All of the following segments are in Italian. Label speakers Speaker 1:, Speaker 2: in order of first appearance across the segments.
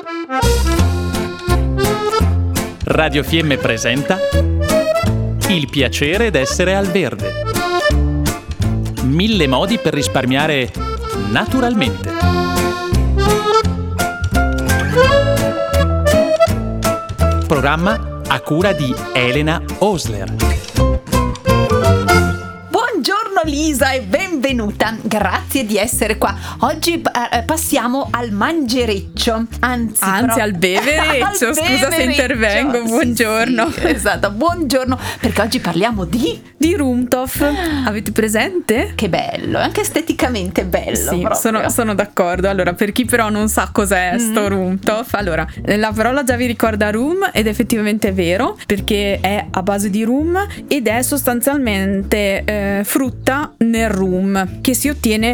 Speaker 1: Radio Fiemme presenta Il piacere d'essere al verde. 1000 modi per risparmiare naturalmente. Programma a cura di Elena Osler.
Speaker 2: Buongiorno Lisa e benvenuta, grazie di essere qua. Oggi passiamo al mangereccio, anzi
Speaker 3: al bevereccio,
Speaker 2: al
Speaker 3: scusa se intervengo, buongiorno.
Speaker 2: Sì, esatto, buongiorno, perché oggi parliamo di
Speaker 3: Rumtopf. Avete presente?
Speaker 2: Che bello, anche esteticamente bello.
Speaker 3: Sì, sono d'accordo. Allora, per chi però non sa cos'è sto Rumtopf, allora, la parola già vi ricorda rum ed effettivamente è vero, perché è a base di rum ed è sostanzialmente frutta nel rum che si ottiene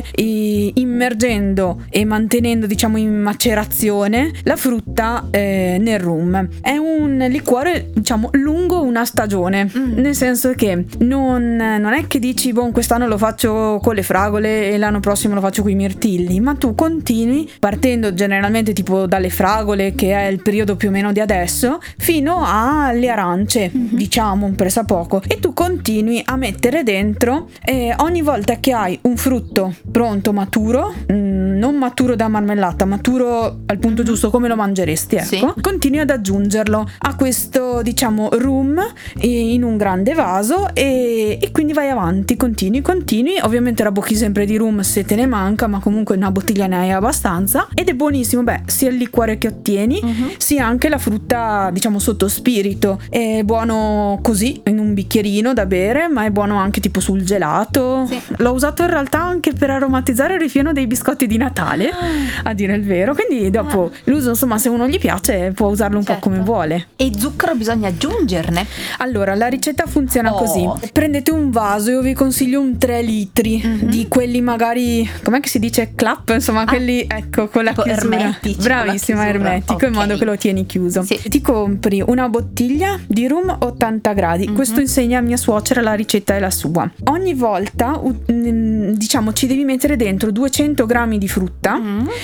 Speaker 3: immergendo e mantenendo, diciamo, in macerazione la frutta nel rum. È un liquore, diciamo, lungo una stagione, nel senso che non è che dici quest'anno lo faccio con le fragole e l'anno prossimo lo faccio con i mirtilli, ma tu continui partendo generalmente tipo dalle fragole, che è il periodo più o meno di adesso, fino alle arance, diciamo un pressappoco, e tu continui a mettere dentro ogni volta che hai un frutto pronto, maturo, non maturo da marmellata, maturo al punto giusto come lo mangeresti, ecco, sì. Continui ad aggiungerlo a questo, diciamo, rum in un grande vaso e quindi vai avanti, continui, ovviamente rabocchi sempre di rum se te ne manca, ma comunque una bottiglia ne hai abbastanza ed è buonissimo, sia il liquore che ottieni sia anche la frutta, diciamo, sotto spirito. È buono così in un bicchierino da bere, ma è buono anche tipo sul gelato. Sì. L'ho usato in realtà anche per aromatizzare il ripieno dei biscotti di Natale, a dire il vero, quindi dopo l'uso, insomma, se uno gli piace può usarlo un po' come vuole.
Speaker 2: E zucchero bisogna aggiungerne?
Speaker 3: Allora, la ricetta funziona così: prendete un vaso, io vi consiglio un 3 litri di quelli, magari, com'è che si dice, clap, insomma, quelli, ecco, con la chiusura
Speaker 2: ermetici,
Speaker 3: bravissima, ermetico, in modo che lo tieni chiuso. Sì. Ti compri una bottiglia di rum 80 gradi. Questo insegna a mia suocera, la ricetta è la sua. Ogni volta, diciamo, ci devi mettere dentro 200 grammi di frutta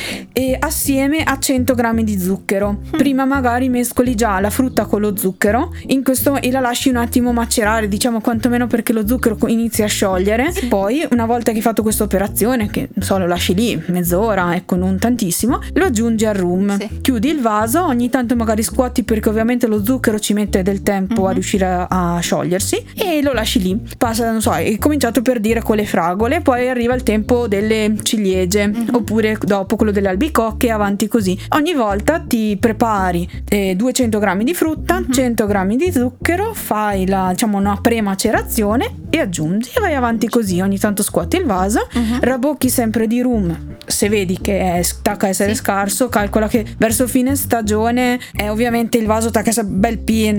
Speaker 3: e assieme a 100 grammi di zucchero. Prima magari mescoli già la frutta con lo zucchero e la lasci un attimo macerare, diciamo, quantomeno perché lo zucchero inizi a sciogliere. Poi, una volta che hai fatto questa operazione, che non so, lo lasci lì mezz'ora, ecco, non tantissimo, lo aggiungi al rum. Chiudi il vaso, ogni tanto magari scuoti, perché ovviamente lo zucchero ci mette del tempo a riuscire a sciogliersi, e lo lasci lì. Passa, non so, hai cominciato per dire con le fragole, poi arriva il tempo delle ciliegie, oppure dopo quello delle albicocche, avanti così. Ogni volta ti prepari 200 grammi di frutta, 100 grammi di zucchero, fai una premacerazione e aggiungi e vai avanti così. Ogni tanto scuoti il vaso, rabocchi sempre di rum. Se vedi che tacca a essere scarso, calcola che verso fine stagione ovviamente il vaso tacca a essere bel pieno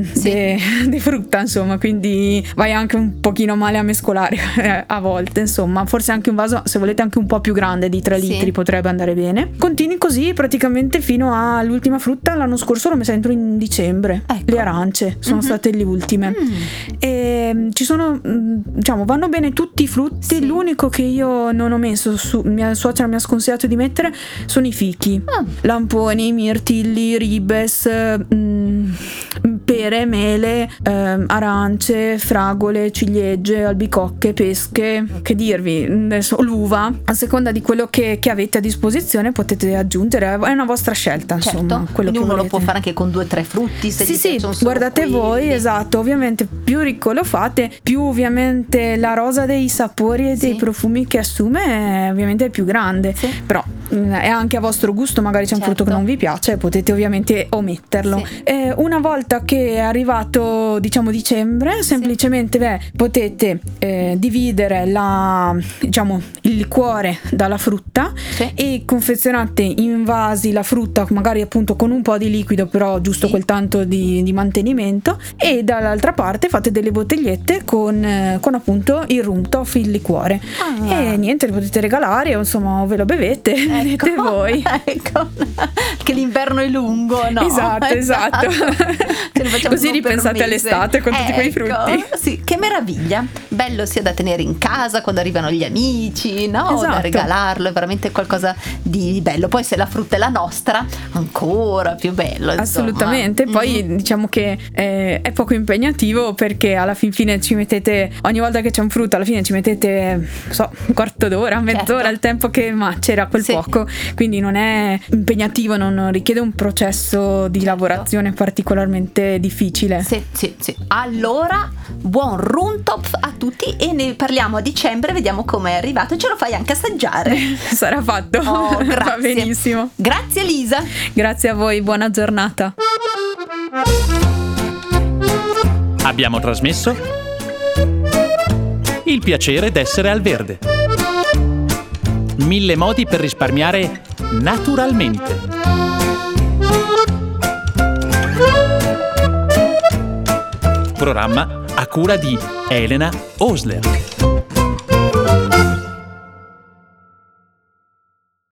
Speaker 3: di frutta, insomma, quindi vai anche un pochino male a mescolare a volte, insomma. Forse anche un vaso, se volete, anche un po' più grande di 3 litri potrebbe andare bene. Continui così praticamente fino all'ultima frutta. L'anno scorso l'ho messa dentro in dicembre, le arance sono state le ultime, e ci sono, diciamo, vanno bene tutti i frutti. L'unico che io non ho messo, mia suocera mi ha sconsigliato di mettere, sono i fichi, lamponi, mirtilli, ribes, pere, mele, arance, fragole, ciliegie, albicocche, pesche, che dirvi, adesso l'uva, a seconda di quello che avete a disposizione potete aggiungere, è una vostra scelta, insomma, quello
Speaker 2: quindi
Speaker 3: che
Speaker 2: uno
Speaker 3: volete.
Speaker 2: Lo può fare anche con 2 o 3 frutti, se
Speaker 3: sì, guardate voi, esatto, ovviamente più ricco lo fate, più ovviamente la rosa dei sapori e dei profumi che assume ovviamente è più grande, però è anche a vostro gusto, magari c'è un frutto che non vi piace, potete ovviamente ometterlo. Una volta che è arrivato, diciamo, dicembre, semplicemente potete dividere il liquore dalla frutta e confezionate in vasi la frutta, magari appunto con un po' di liquido, però giusto quel tanto di mantenimento, e dall'altra parte fate delle bottigliette con appunto il Rumtopf, il liquore, e niente, le potete regalare o insomma ve lo bevete, vedete voi.
Speaker 2: Ecco, che l'inverno è lungo, no?
Speaker 3: Esatto. Così ripensate all'estate con tutti quei frutti.
Speaker 2: Sì, che meraviglia. Bello sia da tenere in casa quando arrivano gli amici, no? Da regalarlo, è veramente qualcosa di bello. Poi se la frutta è la nostra, ancora più bello, insomma.
Speaker 3: Assolutamente. Poi diciamo che è poco impegnativo, perché alla fine ci mettete, ogni volta che c'è un frutto, alla fine ci mettete, un quarto d'ora, mezz'ora, il tempo che macera quel fuoco, quindi non è impegnativo, non richiede un processo di lavorazione particolarmente difficile.
Speaker 2: Sì. Allora, buon Rumtopf a tutti, e ne parliamo a dicembre, vediamo come è arrivato e ce lo fai anche assaggiare.
Speaker 3: Sarà fatto.
Speaker 2: Grazie.
Speaker 3: Va benissimo.
Speaker 2: Grazie Lisa.
Speaker 3: Grazie a voi, buona giornata.
Speaker 1: Abbiamo trasmesso Il piacere d'essere al verde. 1000 modi per risparmiare naturalmente. Programma a cura di Elena Osler.